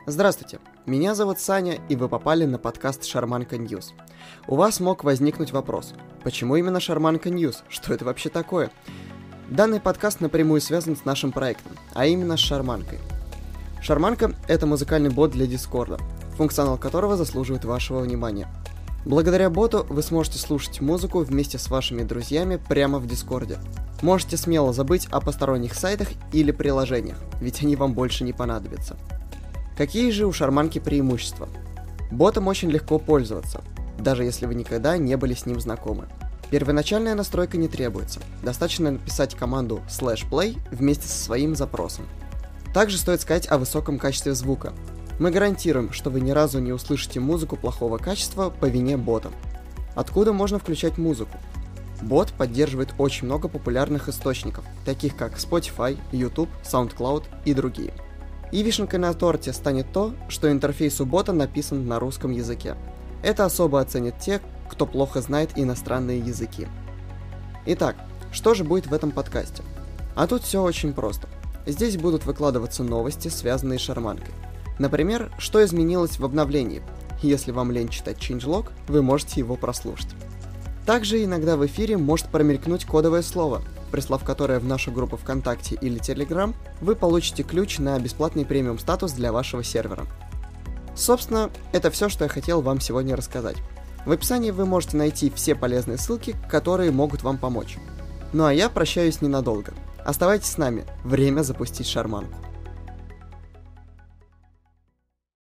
Здравствуйте, меня зовут Саня, и вы попали на подкаст Шарманка Ньюс. У вас мог возникнуть вопрос, почему именно Шарманка Ньюс? Что это вообще такое? Данный подкаст напрямую связан с нашим проектом, а именно с Шарманкой. Шарманка — это музыкальный бот для Дискорда, функционал которого заслуживает вашего внимания. Благодаря боту вы сможете слушать музыку вместе с вашими друзьями прямо в Дискорде. Можете смело забыть о посторонних сайтах или приложениях, ведь они вам больше не понадобятся. Какие же у Шарманки преимущества? Ботом очень легко пользоваться, даже если вы никогда не были с ним знакомы. Первоначальная настройка не требуется, достаточно написать команду /play вместе со своим запросом. Также стоит сказать о высоком качестве звука. Мы гарантируем, что вы ни разу не услышите музыку плохого качества по вине бота. Откуда можно включать музыку? Бот поддерживает очень много популярных источников, таких как Spotify, YouTube, SoundCloud и другие. И вишенкой на торте станет то, что интерфейс у бота написан на русском языке. Это особо оценят те, кто плохо знает иностранные языки. Итак, что же будет в этом подкасте? А тут все очень просто. Здесь будут выкладываться новости, связанные с Шарманкой. Например, что изменилось в обновлении. Если вам лень читать changelog, вы можете его прослушать. Также иногда в эфире может промелькнуть кодовое слово, прислав которое в нашу группу ВКонтакте или Telegram, вы получите ключ на бесплатный премиум статус для вашего сервера. Собственно, это все, что я хотел вам сегодня рассказать. В описании вы можете найти все полезные ссылки, которые могут вам помочь. Ну а я прощаюсь ненадолго. Оставайтесь с нами, время запустить Шарманку.